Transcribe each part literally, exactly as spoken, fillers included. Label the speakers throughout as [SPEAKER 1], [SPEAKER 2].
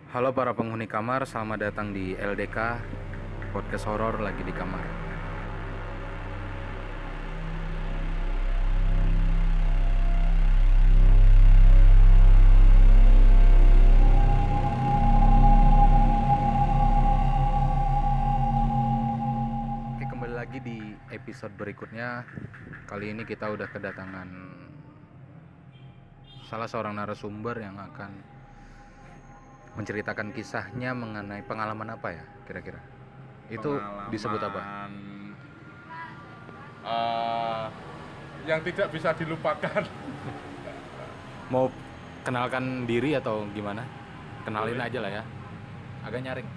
[SPEAKER 1] Halo para penghuni kamar, selamat datang di L D K Podcast Horor Lagi di Kamar. Oke, kembali lagi di episode berikutnya. Kali ini kita udah kedatangan salah seorang narasumber yang akan menceritakan kisahnya mengenai pengalaman apa ya kira-kira? Itu
[SPEAKER 2] Pengalaman,
[SPEAKER 1] disebut apa?
[SPEAKER 2] eh, yang tidak bisa dilupakan.
[SPEAKER 1] Mau kenalkan diri atau gimana? Kenalin
[SPEAKER 2] Boleh.
[SPEAKER 1] aja lah ya. Agak nyaring.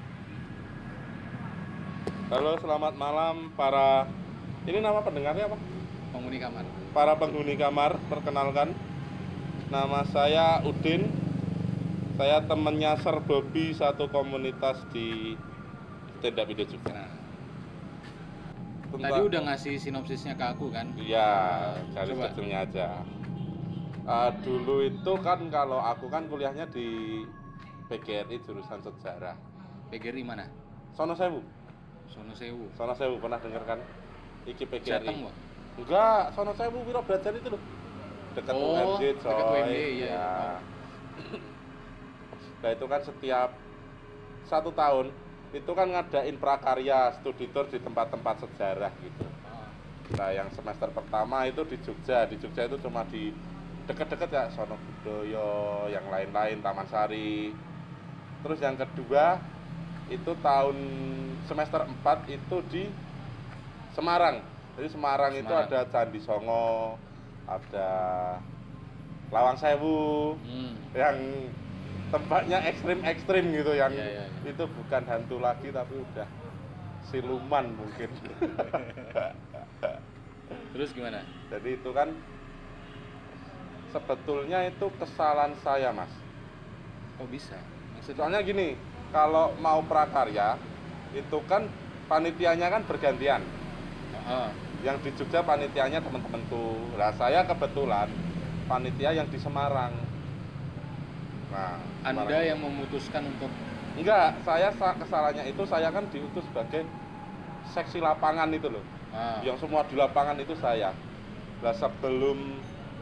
[SPEAKER 2] Halo, selamat malam para ini nama pendengarnya apa?
[SPEAKER 1] Penghuni kamar.
[SPEAKER 2] Para penghuni kamar, perkenalkan. Nama saya Udin. Saya temennya Sir Bobby, satu komunitas di Stand Up Indo juga.
[SPEAKER 1] Nah,
[SPEAKER 2] Tentang-
[SPEAKER 1] tadi udah ngasih sinopsisnya ke aku kan?
[SPEAKER 2] Iya, garis
[SPEAKER 1] Coba.
[SPEAKER 2] kecilnya aja. Uh, dulu itu kan kalau aku kan kuliahnya di P G R I jurusan sejarah.
[SPEAKER 1] P G R I mana?
[SPEAKER 2] Sono Sewu.
[SPEAKER 1] Sono Sewu.
[SPEAKER 2] Sono Sewu pernah denger kan? Iki P G R I.
[SPEAKER 1] Jateng, Wak?
[SPEAKER 2] Enggak, Sono Sewu Wiro Brajan itu loh. Dekat
[SPEAKER 1] Oh,
[SPEAKER 2] U M D, coy.
[SPEAKER 1] dekat U M D, iya.
[SPEAKER 2] Ya. Nah, itu kan setiap satu tahun itu kan ngadain prakarya studi tour di tempat-tempat sejarah gitu. Nah, yang semester pertama itu di Jogja. Di Jogja itu cuma di deket-deket ya, Sono Budoyo, yang lain-lain, Taman Sari. Terus yang kedua itu tahun semester empat itu di Semarang. Jadi Semarang, itu
[SPEAKER 1] Semarang.
[SPEAKER 2] ada Candi Songo, ada Lawang Sewu,
[SPEAKER 1] Hmm.
[SPEAKER 2] yang tempatnya ekstrim-ekstrim gitu, yang
[SPEAKER 1] Iya, iya, iya.
[SPEAKER 2] itu bukan hantu lagi tapi udah siluman mungkin.
[SPEAKER 1] Terus gimana?
[SPEAKER 2] Jadi itu kan sebetulnya itu kesalahan saya, Mas.
[SPEAKER 1] Kok bisa? Maksudnya?
[SPEAKER 2] Soalnya gini, kalau mau prakarya itu kan panitianya kan bergantian.
[SPEAKER 1] Ah,
[SPEAKER 2] Yang di Jogja panitianya teman-temanku. Lah saya kebetulan panitia yang di Semarang. Nah,
[SPEAKER 1] Anda
[SPEAKER 2] Semarang.
[SPEAKER 1] yang memutuskan untuk
[SPEAKER 2] Enggak, saya sa- kesalahannya itu saya kan diutus sebagai seksi lapangan itu loh.
[SPEAKER 1] ah,
[SPEAKER 2] Yang semua di lapangan itu saya. Lah sebelum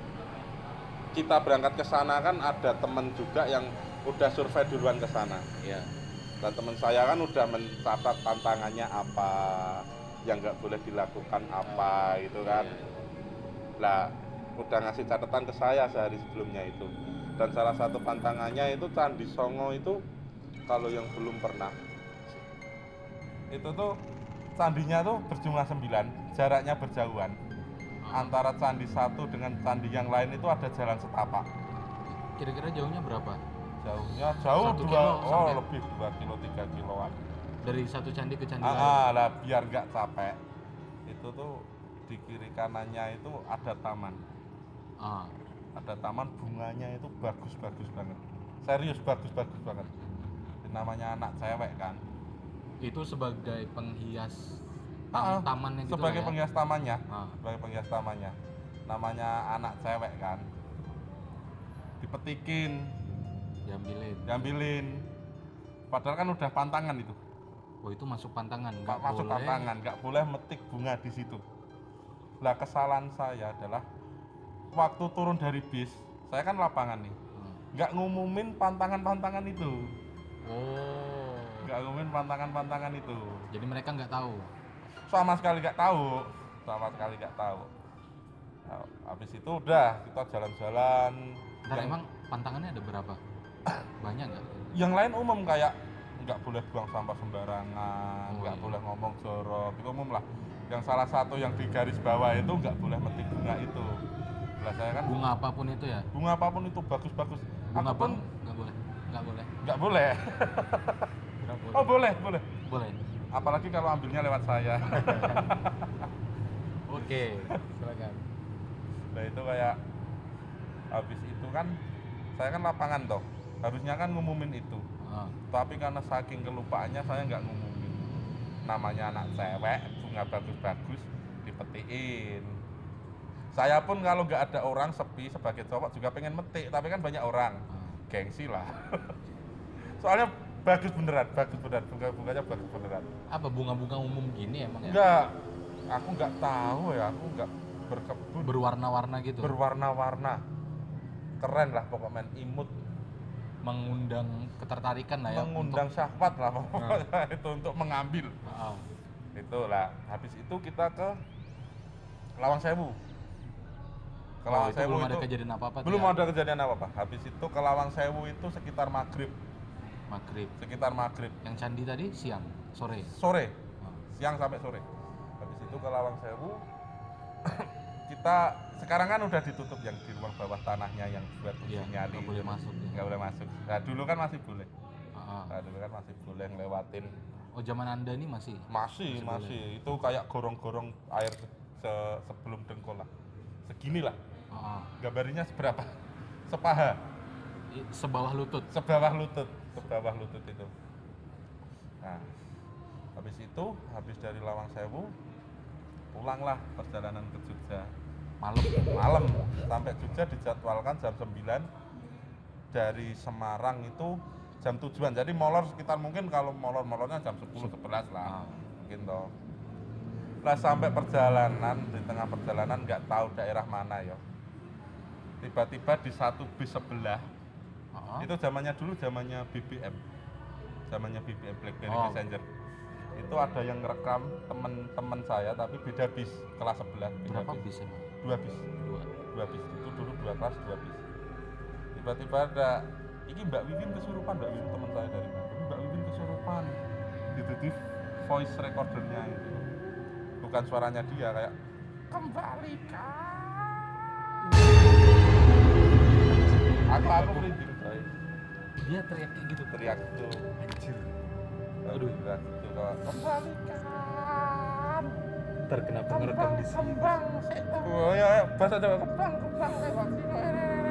[SPEAKER 2] kita berangkat ke sana kan ada temen juga yang udah survei duluan ke sana.
[SPEAKER 1] ya.
[SPEAKER 2] Dan teman saya kan udah mencatat tantangannya apa, yang nggak boleh dilakukan apa gitu kan.
[SPEAKER 1] Iya, iya.
[SPEAKER 2] Lah udah ngasih catatan ke saya sehari sebelumnya itu. Dan salah satu pantangannya itu Candi Songo itu, kalau yang belum pernah, itu tuh candinya tuh berjumlah sembilan, jaraknya berjauhan. Antara candi satu dengan candi yang lain itu ada jalan setapak.
[SPEAKER 1] Kira-kira jauhnya berapa?
[SPEAKER 2] Jauhnya jauh
[SPEAKER 1] Satu
[SPEAKER 2] dua,
[SPEAKER 1] kilo
[SPEAKER 2] oh
[SPEAKER 1] sampai?
[SPEAKER 2] lebih dua kilo tiga kiloan.
[SPEAKER 1] Dari satu candi ke candi lain?
[SPEAKER 2] Ah, ah, lah biar nggak capek, itu tuh di kiri kanannya itu ada taman.
[SPEAKER 1] Ah,
[SPEAKER 2] Ada taman, bunganya itu bagus-bagus banget. Serius bagus-bagus banget. Namanya anak cewek kan.
[SPEAKER 1] itu sebagai penghias
[SPEAKER 2] Ah, ah,
[SPEAKER 1] tam- tamannya gitu
[SPEAKER 2] sebagai
[SPEAKER 1] lah ya?
[SPEAKER 2] penghias tamannya.
[SPEAKER 1] Ah.
[SPEAKER 2] Sebagai penghias tamannya. Namanya anak cewek kan. Dipetikin,
[SPEAKER 1] Diambilin.
[SPEAKER 2] diambilin. Padahal kan udah pantangan itu.
[SPEAKER 1] Oh, itu masuk pantangan,
[SPEAKER 2] Nggak
[SPEAKER 1] nggak
[SPEAKER 2] masuk
[SPEAKER 1] boleh.
[SPEAKER 2] pantangan, nggak boleh metik bunga di situ. Lah kesalahan saya adalah waktu turun dari bis, saya kan lapangan nih,
[SPEAKER 1] Hmm.
[SPEAKER 2] nggak ngumumin pantangan-pantangan itu,
[SPEAKER 1] Oh,
[SPEAKER 2] nggak ngumumin pantangan-pantangan itu,
[SPEAKER 1] jadi mereka nggak tahu.
[SPEAKER 2] sama sekali nggak tahu, sama sekali nggak tahu. Nah, habis itu udah kita jalan-jalan.
[SPEAKER 1] Ntar
[SPEAKER 2] Yang,
[SPEAKER 1] emang pantangannya ada berapa? Banyak nggak?
[SPEAKER 2] yang lain umum kayak nggak boleh buang sampah sembarangan,
[SPEAKER 1] Oh,
[SPEAKER 2] nggak
[SPEAKER 1] iya.
[SPEAKER 2] boleh ngomong jorok, itu umum lah. Yang salah satu yang di garis bawah itu nggak boleh metik bunga itu. Lah saya kan
[SPEAKER 1] Bunga apapun itu ya?
[SPEAKER 2] bunga apapun itu bagus-bagus.
[SPEAKER 1] Bunga
[SPEAKER 2] Aku pun
[SPEAKER 1] bang? Nggak boleh? Nggak boleh?
[SPEAKER 2] nggak boleh.
[SPEAKER 1] Nggak boleh.
[SPEAKER 2] Oh boleh, boleh.
[SPEAKER 1] Boleh.
[SPEAKER 2] Apalagi kalau ambilnya lewat saya.
[SPEAKER 1] Oke, silakan.
[SPEAKER 2] Nah itu kayak habis itu kan saya kan lapangan toh. Harusnya kan ngumumin itu.
[SPEAKER 1] Ah,
[SPEAKER 2] Tapi karena saking kelupaannya saya nggak ngumumin. Namanya anak cewek, bunga bagus-bagus dipetiin. Saya pun kalau nggak ada orang, sepi sebagai cowok juga pengen metik, tapi kan banyak orang.
[SPEAKER 1] ah.
[SPEAKER 2] Gengsi lah. Soalnya bagus beneran, bagus beneran, bunga-bunganya bagus beneran.
[SPEAKER 1] Apa bunga-bunga umum gini emang ya?
[SPEAKER 2] Enggak, aku nggak tahu ya, aku nggak berkebun.
[SPEAKER 1] Berwarna-warna gitu.
[SPEAKER 2] Berwarna-warna, keren lah pokoknya, imut,
[SPEAKER 1] Mengundang ketertarikan lah ya.
[SPEAKER 2] mengundang syahwat lah pokoknya itu untuk mengambil.
[SPEAKER 1] Ah.
[SPEAKER 2] Itulah. Habis itu kita ke Lawang Sewu. Ke
[SPEAKER 1] Oh,
[SPEAKER 2] Lawang
[SPEAKER 1] itu
[SPEAKER 2] Sewu
[SPEAKER 1] belum
[SPEAKER 2] itu
[SPEAKER 1] ada kejadian apa-apa tuh
[SPEAKER 2] belum
[SPEAKER 1] ya?
[SPEAKER 2] ada kejadian apa-apa. Habis itu ke Lawang Sewu itu sekitar maghrib,
[SPEAKER 1] Maghrib.
[SPEAKER 2] sekitar maghrib,
[SPEAKER 1] Yang candi tadi siang, sore.
[SPEAKER 2] sore,
[SPEAKER 1] Ah.
[SPEAKER 2] siang sampai sore. Habis itu ke Lawang Sewu. Kita sekarang kan udah ditutup yang di ruang bawah tanahnya yang buat
[SPEAKER 1] Iya,
[SPEAKER 2] uji nyali.
[SPEAKER 1] nggak boleh masuk ya.
[SPEAKER 2] Nggak boleh masuk. Nah dulu kan masih boleh.
[SPEAKER 1] Ah.
[SPEAKER 2] Nah dulu kan masih boleh ngelewatin.
[SPEAKER 1] Oh, zaman Anda ini masih?
[SPEAKER 2] Masih,
[SPEAKER 1] Masih
[SPEAKER 2] masih. Itu kayak gorong-gorong air se- se- sebelum dengkul lah. Segini lah.
[SPEAKER 1] Ah.
[SPEAKER 2] Gambarnya seberapa? Sepaha.
[SPEAKER 1] I- Sebawah lutut.
[SPEAKER 2] Sebawah lutut. Sebawah lutut itu. Nah, habis itu, habis dari Lawang Sewu, pulanglah perjalanan ke Jogja.
[SPEAKER 1] Malam.
[SPEAKER 2] Malam sampai Jogja dijadwalkan jam sembilan. Dari Semarang itu jam tujuan. Jadi molor sekitar mungkin kalau molor-molornya jam sepuluh sebelas lah.
[SPEAKER 1] Ah.
[SPEAKER 2] Mungkin toh. Lah sampai perjalanan, di tengah perjalanan nggak tahu daerah mana ya. Tiba-tiba di satu bis sebelah,
[SPEAKER 1] Ah.
[SPEAKER 2] itu zamannya dulu zamannya B B M. Zamannya B B M, BlackBerry
[SPEAKER 1] Oh.
[SPEAKER 2] Messenger. Itu ada yang ngerekam teman-teman saya tapi beda bis, kelas sebelah. Beda
[SPEAKER 1] Berapa
[SPEAKER 2] bis.
[SPEAKER 1] bis emang?
[SPEAKER 2] Dua bis.
[SPEAKER 1] Dua.
[SPEAKER 2] Dua bis. Itu dulu dua kelas, dua bis. Tiba-tiba ada, ini Mbak Wiwin kesurupan, Mbak Wiwin teman saya dari Bandung. Mbak Wiwin kesurupan. Gitu di voice recordernya itu. Bukan suaranya dia, kayak kembalikan. Aku aku merinding saya.
[SPEAKER 1] Dia teriak kayak gitu.
[SPEAKER 2] Teriak itu.
[SPEAKER 1] Anjir.
[SPEAKER 2] Aduh, teriak itu kalau kembalikan.
[SPEAKER 1] Ntar kenapa ngerekam di sini?
[SPEAKER 2] Kembang, setan. Oh ya, ya, bahasa Jawa. Kembang, kembang, lewat sini.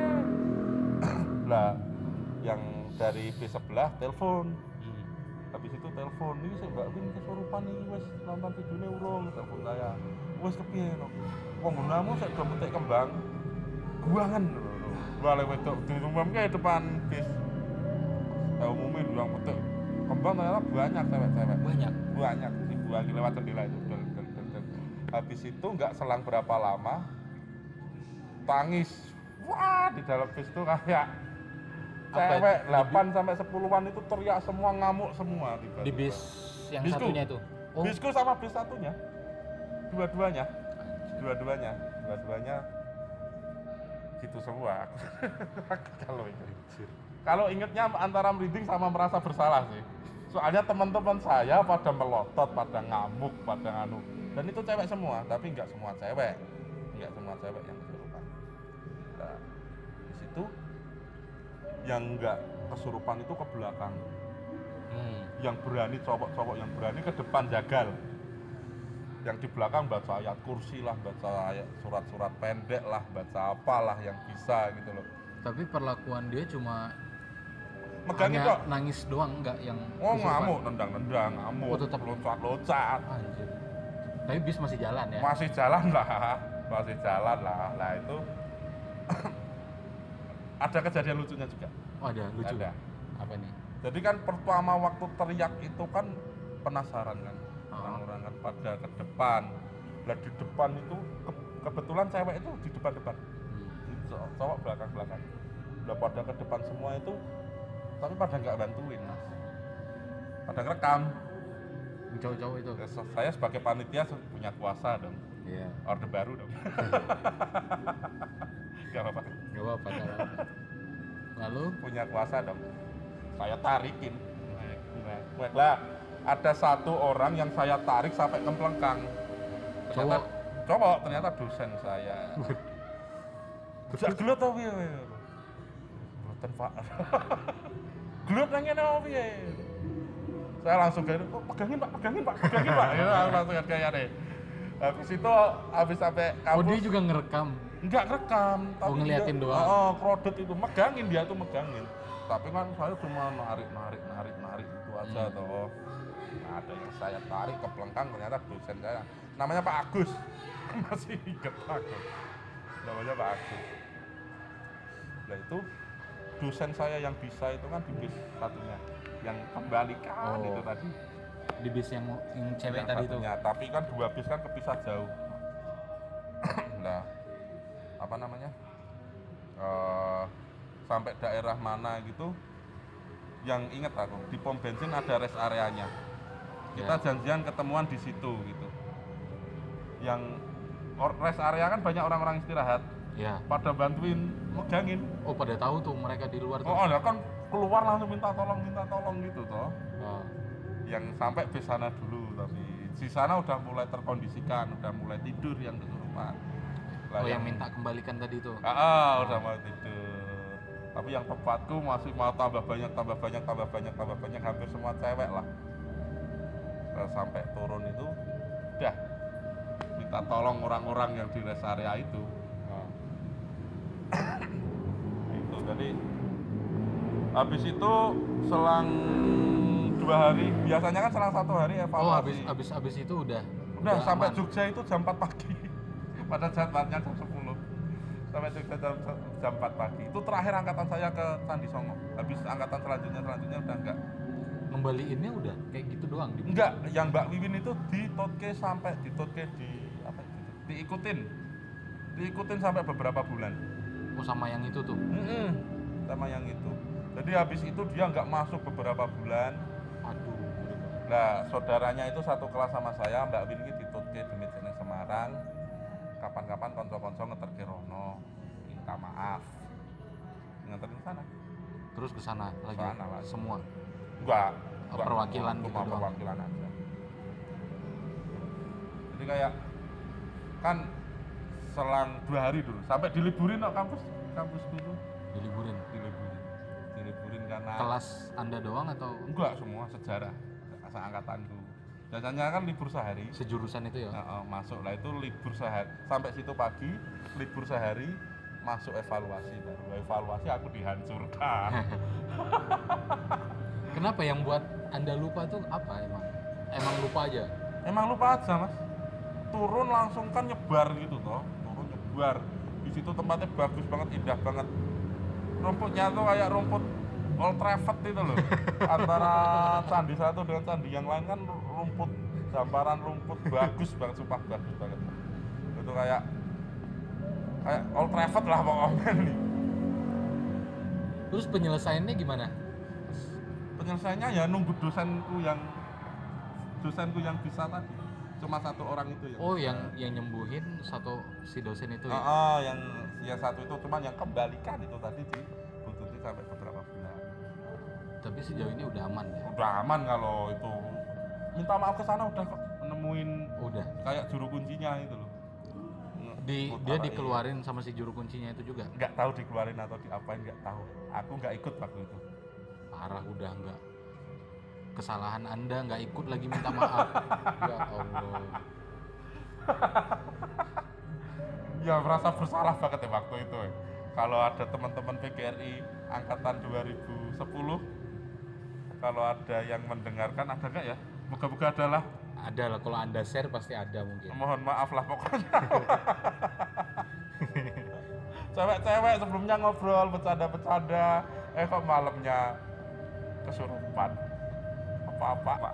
[SPEAKER 2] Lah, yang dari bis sebelah telepon.
[SPEAKER 1] Hmm.
[SPEAKER 2] Habis itu telepon, ini saya Mbak Win kesurupan nih, wes nonton videonya urung, telepon saya. Wes kepiye no? Wong gunamu saya udah petik kembang. Guangan lho. Gua lewat itu di rumah kayak depan bis. Saya umumnya bilang petik kembang ternyata banyak cewek-cewek.
[SPEAKER 1] Banyak.
[SPEAKER 2] Banyak dibuangi lewat jendela itu. Del, del, del, del. Habis itu nggak selang berapa lama tangis. Wah, di dalam bis itu kayak
[SPEAKER 1] Apa
[SPEAKER 2] cewek
[SPEAKER 1] itu?
[SPEAKER 2] delapan sampai sepuluhan itu teriak semua, ngamuk semua tiba-tiba.
[SPEAKER 1] Di bis yang
[SPEAKER 2] Bisku.
[SPEAKER 1] satunya itu. Oh.
[SPEAKER 2] Bisku sama bis satunya. Dua-duanya. Dua-duanya. Dua-duanya gitu semua. Kalau ingat. Kalau ingetnya antara merinding sama merasa bersalah sih. Soalnya teman-teman saya pada melotot, pada ngamuk, pada nganu. Dan itu cewek semua, tapi nggak semua cewek. Nggak semua cewek yang kesurupan. Nah, di situ yang nggak kesurupan itu ke belakang.
[SPEAKER 1] Hmm.
[SPEAKER 2] Yang berani, cowok-cowok yang berani ke depan jagal. Yang di belakang baca ayat kursi lah, baca ayat surat-surat pendek lah, baca apalah yang bisa gitu loh.
[SPEAKER 1] Tapi perlakuan dia cuma
[SPEAKER 2] Megangin
[SPEAKER 1] hanya
[SPEAKER 2] kok.
[SPEAKER 1] nangis doang, enggak yang
[SPEAKER 2] Oh
[SPEAKER 1] kesurupan.
[SPEAKER 2] ngamuk, nendang-nendang, ngamuk,
[SPEAKER 1] Oh, tetap.
[SPEAKER 2] loncat-loncat.
[SPEAKER 1] Anjir. Tapi bis masih jalan ya.
[SPEAKER 2] Masih jalan lah, masih jalan lah. Nah itu ada kejadian lucunya juga.
[SPEAKER 1] Oh, ada lucu.
[SPEAKER 2] Ada.
[SPEAKER 1] Apa nih?
[SPEAKER 2] Jadi kan pertama waktu teriak itu kan penasaran kan,
[SPEAKER 1] Oh.
[SPEAKER 2] orang-orang kan pada ke depan. Lah di depan itu ke- kebetulan cewek itu di depan-depan,
[SPEAKER 1] Hmm.
[SPEAKER 2] Cow- cowok belakang-belakang. Lah pada ke depan semua itu, tapi pada nggak bantuin mas, pada ngerekam.
[SPEAKER 1] Yang cowok-cowok itu.
[SPEAKER 2] Ya, se- Saya sebagai panitia se- punya kuasa dong,
[SPEAKER 1] Iya.
[SPEAKER 2] orde baru dong. Gak apa-apa,
[SPEAKER 1] Enggak apa-apa, nggak apa-apa. Lalu
[SPEAKER 2] punya kuasa dong. Saya tarikin. Nah, lah ada satu orang yang saya tarik sampai kemplengkang. Ternyata
[SPEAKER 1] Cowok?
[SPEAKER 2] cowok, ternyata dosen saya. Bisa gelut tau piye? Gelutan Pak. Gelut nang ngene opo piye? Saya langsung kayak, oh, pegangin Pak, pegangin Pak, pegangin Pak. Ya langsung kayak deh. Habis itu habis sampai
[SPEAKER 1] oh
[SPEAKER 2] kampus
[SPEAKER 1] dia juga ngerekam.
[SPEAKER 2] enggak rekam,
[SPEAKER 1] Oh, ngeliatin
[SPEAKER 2] dia,
[SPEAKER 1] doang.
[SPEAKER 2] Oh, krodot itu megangin, dia tuh megangin. Tapi kan saya cuma narik, narik, narik, narik itu aja
[SPEAKER 1] Hmm.
[SPEAKER 2] toh. Nah, ada yang saya tarik ke pelengkang, ternyata dosen saya. Namanya Pak Agus. Masih ingat aku. Namanya Pak Agus. Nah itu dosen saya yang bisa itu kan di bis satunya yang kembalikan
[SPEAKER 1] Oh.
[SPEAKER 2] itu tadi
[SPEAKER 1] Di bis yang yang cewek
[SPEAKER 2] yang
[SPEAKER 1] tadi itu.
[SPEAKER 2] satunya. Tapi kan dua bis kan kepisah jauh. Nah, apa namanya? Eh, sampai daerah mana gitu yang inget aku di pom bensin ada rest areanya. Kita
[SPEAKER 1] Ya.
[SPEAKER 2] janjian ketemuan di situ gitu. Yang or- rest area kan banyak orang-orang istirahat,
[SPEAKER 1] Ya.
[SPEAKER 2] pada bantuin megangin.
[SPEAKER 1] Oh, pada tahu tuh mereka di luar tuh.
[SPEAKER 2] Oh, ada kan keluar langsung minta tolong, minta tolong gitu toh.
[SPEAKER 1] Oh.
[SPEAKER 2] Yang sampai bis sana dulu, tapi di sana udah mulai terkondisikan, udah mulai tidur yang kesurupan. Lah,
[SPEAKER 1] Oh, yang minta kembalikan tadi tuh.
[SPEAKER 2] Ah, ah, udah mau tidur. Tapi yang tempatku masih mau tambah banyak, tambah banyak, tambah banyak, tambah banyak, hampir semua cewek lah. Nah, sampai turun itu, udah minta tolong orang-orang yang di rest area itu.
[SPEAKER 1] Oh.
[SPEAKER 2] Itu jadi habis itu selang dua hari, biasanya kan selang satu hari evaluasi.
[SPEAKER 1] Oh, habis habis habis itu udah
[SPEAKER 2] Udah sampai
[SPEAKER 1] aman.
[SPEAKER 2] Jogja itu jam empat pagi. Pada jadwalnya jam sepuluh. Sampai Jogja jam, jam empat pagi. Itu terakhir angkatan saya ke Candi Songo. Habis angkatan selanjutnya selanjutnya udah enggak.
[SPEAKER 1] Ngembaliinnya udah kayak gitu doang di
[SPEAKER 2] Enggak, yang Mbak Wiwin itu ditotke sampai ditotke di apa itu? Diikutin. Diikutin sampai beberapa bulan.
[SPEAKER 1] Oh, sama yang itu tuh.
[SPEAKER 2] Mm-mm, sama yang itu. Jadi habis itu dia nggak masuk beberapa bulan.
[SPEAKER 1] Aduh.
[SPEAKER 2] Nah, saudaranya itu satu kelas sama saya, Mbak Win iki ditutke di Medan Semarang. Kapan-kapan konco-konco ngeterke rono, minta maaf. Nganterin sana.
[SPEAKER 1] Terus ke sana lagi.
[SPEAKER 2] Sana lagi.
[SPEAKER 1] Semua.
[SPEAKER 2] Enggak,
[SPEAKER 1] Oh,
[SPEAKER 2] enggak,
[SPEAKER 1] perwakilan
[SPEAKER 2] cuma
[SPEAKER 1] gitu doang.
[SPEAKER 2] perwakilan aja. Jadi kayak kan selang dua hari dulu, sampai diliburin kok kampus kampusku tuh
[SPEAKER 1] Diliburin.
[SPEAKER 2] diliburin, diliburin karena
[SPEAKER 1] Kelas Anda doang atau
[SPEAKER 2] enggak semua sejarah seangkatanku. Biasanya kan libur sehari.
[SPEAKER 1] sejurusan itu ya?
[SPEAKER 2] Nah, masuk lah itu libur sehari sampai situ pagi, libur sehari, masuk evaluasi baru evaluasi aku dihancurkan.
[SPEAKER 1] Kenapa yang buat Anda lupa tuh apa emang? Emang lupa aja?
[SPEAKER 2] Emang lupa aja mas, turun langsung kan nyebar gitu toh, turun nyebar. Di situ tempatnya bagus banget, indah banget. Rumputnya tuh kayak rumput Old Trafford itu loh. Antara candi satu dengan candi yang lain kan rumput, gambaran rumput bagus banget, sumpah bagus banget. Itu kayak kayak Old Trafford lah pokoknya nih.
[SPEAKER 1] Terus penyelesaiannya gimana?
[SPEAKER 2] Penyelesaiannya ya nunggu dosenku yang dosenku yang bisa tadi, cuma satu orang itu ya.
[SPEAKER 1] Oh, yang yang nyembuhin satu si dosen itu ya?
[SPEAKER 2] Oh, oh, yang yang satu itu cuma yang kembalikan itu tadi dibuntuti sampai beberapa bulan.
[SPEAKER 1] Tapi sejauh ini udah aman ya?
[SPEAKER 2] Udah aman kalau itu. Minta maaf ke sana udah kok nemuin
[SPEAKER 1] Udah.
[SPEAKER 2] kayak juru kuncinya itu loh.
[SPEAKER 1] Di,
[SPEAKER 2] Nge-
[SPEAKER 1] dia
[SPEAKER 2] apa,
[SPEAKER 1] dikeluarin sama si juru kuncinya itu juga?
[SPEAKER 2] iya. Nggak tahu dikeluarin atau diapain nggak tahu. Aku nggak ikut waktu itu.
[SPEAKER 1] Parah, udah enggak. Kesalahan Anda nggak ikut lagi minta maaf. Ya Allah.
[SPEAKER 2] Ya merasa bersalah banget ya waktu itu. Ya. Kalau ada teman-teman P G R I angkatan dua ribu sepuluh, kalau ada yang mendengarkan ada nggak ya? Moga-moga adalah.
[SPEAKER 1] Ada lah, kalau Anda share pasti ada mungkin.
[SPEAKER 2] Mohon maaf lah pokoknya. Cewek-cewek sebelumnya ngobrol bercanda-bercanda, eh kok malamnya kesurupan. Apa-apa Pak.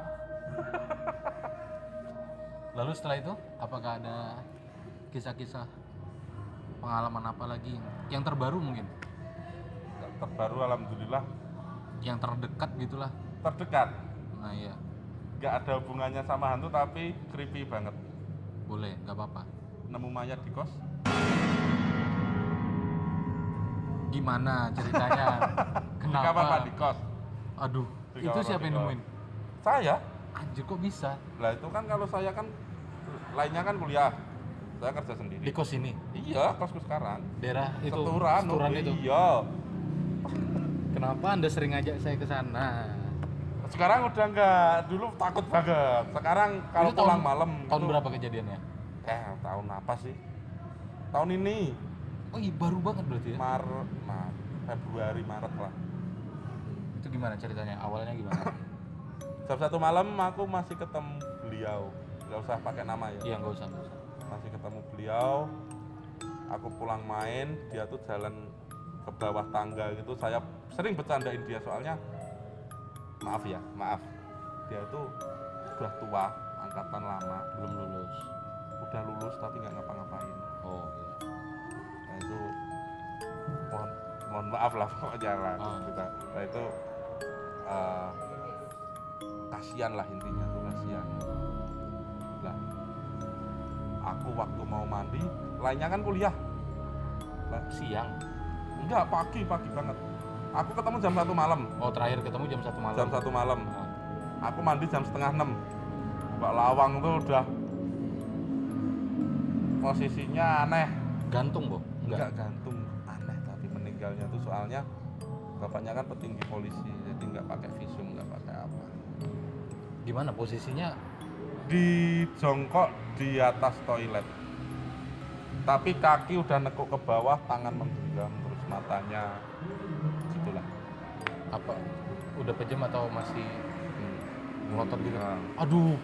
[SPEAKER 1] Lalu setelah itu, apakah ada kisah-kisah pengalaman apa lagi yang terbaru mungkin?
[SPEAKER 2] Terbaru alhamdulillah
[SPEAKER 1] Yang terdekat gitulah.
[SPEAKER 2] terdekat.
[SPEAKER 1] Nah iya,
[SPEAKER 2] Nggak ada hubungannya sama hantu tapi creepy banget.
[SPEAKER 1] boleh, nggak apa-apa.
[SPEAKER 2] Nemu mayat di kos.
[SPEAKER 1] Gimana ceritanya? Kenapa?
[SPEAKER 2] Kapan Pak di kos?
[SPEAKER 1] Aduh,
[SPEAKER 2] Di
[SPEAKER 1] itu
[SPEAKER 2] kamar
[SPEAKER 1] siapa yang
[SPEAKER 2] mandi
[SPEAKER 1] nemuin?
[SPEAKER 2] Saya.
[SPEAKER 1] Anjir, kok bisa?
[SPEAKER 2] Lah itu kan kalau saya kan lainnya kan kuliah. Saya kerja sendiri.
[SPEAKER 1] Di kos ini?
[SPEAKER 2] Iya, kosku sekarang.
[SPEAKER 1] Daerah itu?
[SPEAKER 2] Seturan,
[SPEAKER 1] Seturan
[SPEAKER 2] oh,
[SPEAKER 1] itu?
[SPEAKER 2] Iya.
[SPEAKER 1] Kenapa Anda sering ngajak saya ke sana?
[SPEAKER 2] Sekarang udah enggak, dulu takut banget. Sekarang kalau
[SPEAKER 1] Itu tahun-
[SPEAKER 2] pulang malam
[SPEAKER 1] Tahun
[SPEAKER 2] itu-
[SPEAKER 1] berapa kejadiannya?
[SPEAKER 2] Eh, tahun apa sih? Tahun ini.
[SPEAKER 1] Oh iya, baru banget berarti ya?
[SPEAKER 2] Maret, Maret, Februari, Maret lah.
[SPEAKER 1] Itu gimana ceritanya? Awalnya gimana?
[SPEAKER 2] Jam satu malam aku masih ketemu beliau. Nggak usah pakai nama ya.
[SPEAKER 1] Iya, nggak usah, nggak usah.
[SPEAKER 2] Masih ketemu beliau. Aku pulang main, dia tuh jalan ke bawah tangga gitu. Saya sering bercandain dia soalnya, maaf ya, maaf, dia itu udah tua, angkatan lama,
[SPEAKER 1] Belum lulus.
[SPEAKER 2] udah lulus tapi nggak ngapa-ngapain.
[SPEAKER 1] Oh.
[SPEAKER 2] Nah itu mohon mohon maaf lah pokoknya lah.
[SPEAKER 1] Ah.
[SPEAKER 2] Kita, nah itu uh, kasihan lah intinya tuh, kasihan. Lah, aku waktu mau mandi, lainnya kan kuliah. Lah,
[SPEAKER 1] Siang.
[SPEAKER 2] enggak, pagi pagi banget. Aku ketemu jam satu malam.
[SPEAKER 1] Oh, terakhir ketemu jam satu malam.
[SPEAKER 2] Jam satu malam.
[SPEAKER 1] Ah.
[SPEAKER 2] Aku mandi jam setengah enam. Mbak Lawang tuh udah posisinya aneh.
[SPEAKER 1] Gantung, Bo?
[SPEAKER 2] Enggak gantung, aneh, tapi meninggalnya tuh soalnya bapaknya kan petinggi polisi, jadi nggak pakai visum, nggak pakai apa.
[SPEAKER 1] Gimana posisinya?
[SPEAKER 2] Di jongkok di atas toilet, tapi kaki udah nekuk ke bawah, tangan menggenggam, terus matanya gitulah.
[SPEAKER 1] Apa? Udah pejam atau masih
[SPEAKER 2] Hmm.
[SPEAKER 1] melotot gitu?
[SPEAKER 2] Nah,
[SPEAKER 1] Aduh.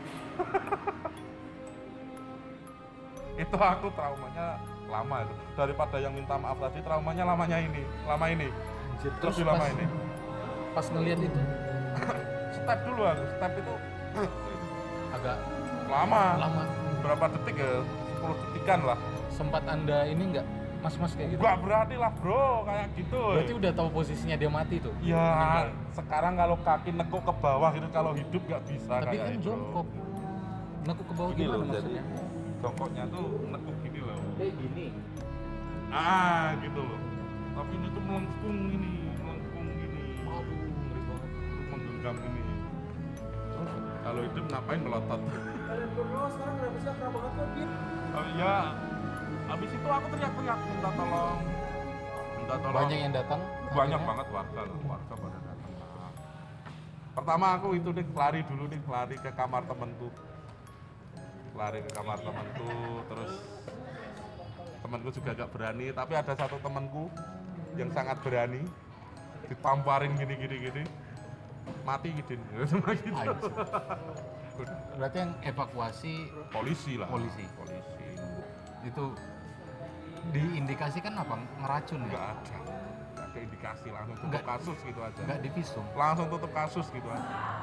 [SPEAKER 2] itu aku traumanya lama itu, daripada yang minta maaf tadi, traumanya lamanya ini, lama ini,
[SPEAKER 1] Anjir,
[SPEAKER 2] terus
[SPEAKER 1] terus
[SPEAKER 2] lama
[SPEAKER 1] pas,
[SPEAKER 2] ini.
[SPEAKER 1] pas ngeliat itu
[SPEAKER 2] Step dulu aku, step itu
[SPEAKER 1] agak
[SPEAKER 2] lama,
[SPEAKER 1] lama.
[SPEAKER 2] berapa detik ya, sepuluh detikan lah.
[SPEAKER 1] Sempat Anda ini enggak mas-mas kayak gitu?
[SPEAKER 2] Gak berani lah bro, kayak gitu.
[SPEAKER 1] Berarti udah tahu posisinya dia mati tuh?
[SPEAKER 2] Ya,
[SPEAKER 1] Meninggal.
[SPEAKER 2] sekarang kalau kaki nekuk ke bawah gitu, kalau hidup gak bisa.
[SPEAKER 1] Tapi
[SPEAKER 2] kayak
[SPEAKER 1] kan
[SPEAKER 2] itu.
[SPEAKER 1] jongkok. Nekuk ke bawah
[SPEAKER 2] Gini
[SPEAKER 1] gimana
[SPEAKER 2] loh, jadi
[SPEAKER 1] maksudnya?
[SPEAKER 2] jongkoknya tuh nekuk gini loh.
[SPEAKER 1] Kayak gini.
[SPEAKER 2] Ah, gitu loh. Tapi ini tuh melengkung ini, melengkung gini.
[SPEAKER 1] Waduh, ngeri banget.
[SPEAKER 2] Menggenggam ini.
[SPEAKER 1] Terus?
[SPEAKER 2] Kalau hidup ngapain melotot?
[SPEAKER 3] Kalian berdua sekarang kenapa sih akrab banget kok, Dit?
[SPEAKER 2] Oh iya. Habis itu aku teriak-teriak minta tolong. Minta tolong.
[SPEAKER 1] Banyak yang datang?
[SPEAKER 2] Banyak
[SPEAKER 1] akhirnya?
[SPEAKER 2] banget warga lah, warga pada datang lah. Pertama aku itu nih lari dulu nih, lari ke kamar temanku, lari ke kamar temanku, terus temanku juga agak berani, tapi ada satu temanku yang sangat berani, ditamparin gini gini gini, mati gitu, cuma gitu.
[SPEAKER 1] Anjir. Berarti yang evakuasi
[SPEAKER 2] Polisi lah.
[SPEAKER 1] Polisi.
[SPEAKER 2] Polisi.
[SPEAKER 1] itu diindikasikan apa? Ngeracun
[SPEAKER 2] Nggak
[SPEAKER 1] ya?
[SPEAKER 2] ada, nggak ada indikasi, langsung tutup
[SPEAKER 1] Nggak-
[SPEAKER 2] kasus gitu aja.
[SPEAKER 1] Nggak divisum.
[SPEAKER 2] Langsung tutup kasus gitu aja.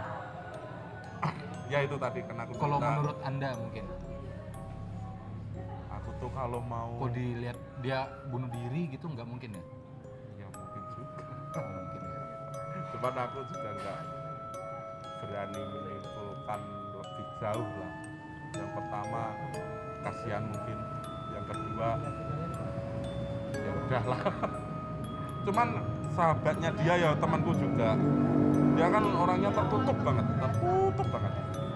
[SPEAKER 2] Ya itu tadi kena aku
[SPEAKER 1] Kalau
[SPEAKER 2] cerita.
[SPEAKER 1] menurut Anda mungkin,
[SPEAKER 2] Aku tuh kalau mau
[SPEAKER 1] kok dilihat dia bunuh diri gitu nggak mungkin ya?
[SPEAKER 2] ya mungkin juga.
[SPEAKER 1] Nggak mungkin ya.
[SPEAKER 2] Cuman aku juga nggak berani menyimpulkan lebih jauh lah. Yang pertama kasihan mungkin, yang kedua ya udahlah. Cuman sahabatnya dia ya temanku juga, dia kan orangnya tertutup banget, tertutup banget.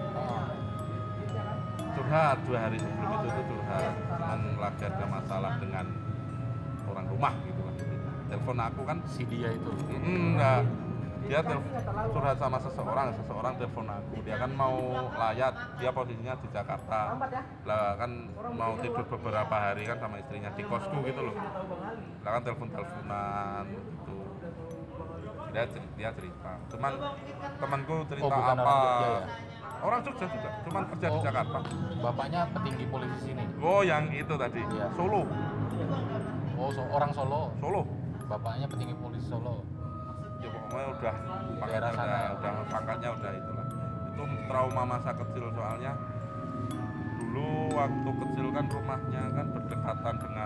[SPEAKER 2] Curhat dua hari sebelum itu tuh curhat, cuman lagi ada masalah dengan orang rumah gitu kan. Telepon aku kan,
[SPEAKER 1] Si dia itu.
[SPEAKER 2] enggak, dia tel- curhat sama seseorang, seseorang telepon aku, dia kan mau layat, dia posisinya di Jakarta, lah kan mau tidur beberapa hari kan sama istrinya di kosku gitu loh, lah kan telepon teleponan gitu, dia cer- dia cerita, cuman temanku cerita
[SPEAKER 1] Oh, bukan
[SPEAKER 2] apa,
[SPEAKER 1] orang Jogja ya?
[SPEAKER 2] orang Jogja juga, cuman kerja di
[SPEAKER 1] Oh.
[SPEAKER 2] Jakarta.
[SPEAKER 1] Bapaknya petinggi polisi sini.
[SPEAKER 2] Oh yang itu tadi,
[SPEAKER 1] Iya.
[SPEAKER 2] Solo,
[SPEAKER 1] Oh, so, orang Solo.
[SPEAKER 2] Solo,
[SPEAKER 1] Bapaknya petinggi polisi Solo.
[SPEAKER 2] ya pokoknya udah pangkatnya
[SPEAKER 1] Daerah sana
[SPEAKER 2] udah,
[SPEAKER 1] ya?
[SPEAKER 2] udah pangkatnya udah itulah. Itu trauma masa kecil soalnya dulu waktu kecil kan rumahnya kan berdekatan dengan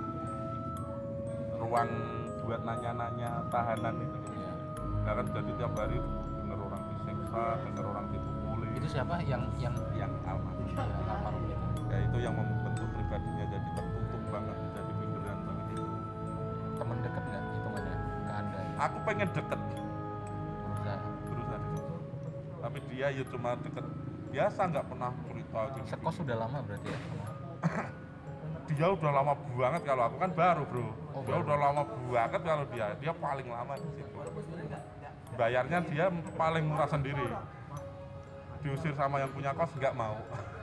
[SPEAKER 2] ruang buat nanya-nanya tahanan itu.
[SPEAKER 1] Iya.
[SPEAKER 2] Nah kan jadi tiap hari dengar orang disiksa, dengar orang dipukuli,
[SPEAKER 1] Itu siapa yang yang
[SPEAKER 2] yang almarhum.
[SPEAKER 1] ya, almarhum itu?
[SPEAKER 2] Ya itu yang membentuk pribadinya jadi tertutup banget, jadi pinderan banget itu.
[SPEAKER 1] Teman dekat nggak hitungannya ke Anda?
[SPEAKER 2] Aku pengen deket
[SPEAKER 1] Berusaha.
[SPEAKER 2] berusaha deket, tapi dia ya cuma deket biasa, nggak pernah cerita gitu.
[SPEAKER 1] Sekos sudah lama berarti ya?
[SPEAKER 2] Dia udah lama banget, kalau aku kan baru bro.
[SPEAKER 1] Oh,
[SPEAKER 2] Dia
[SPEAKER 1] baru.
[SPEAKER 2] udah lama banget, kalau dia dia paling lama di situ. Bayarnya dia paling murah sendiri. Diusir sama yang punya kos nggak mau.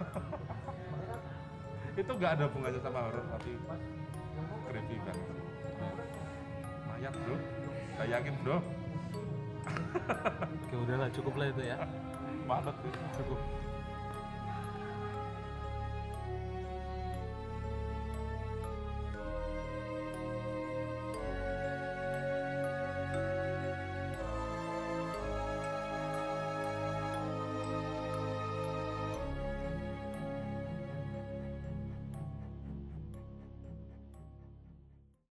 [SPEAKER 2] Itu nggak ada hubungannya sama horor, tapi creepy banget. Mayat bro, bayangin bro.
[SPEAKER 1] Oke udahlah cukup lah itu ya.
[SPEAKER 2] Manut sih.
[SPEAKER 1] Cukup.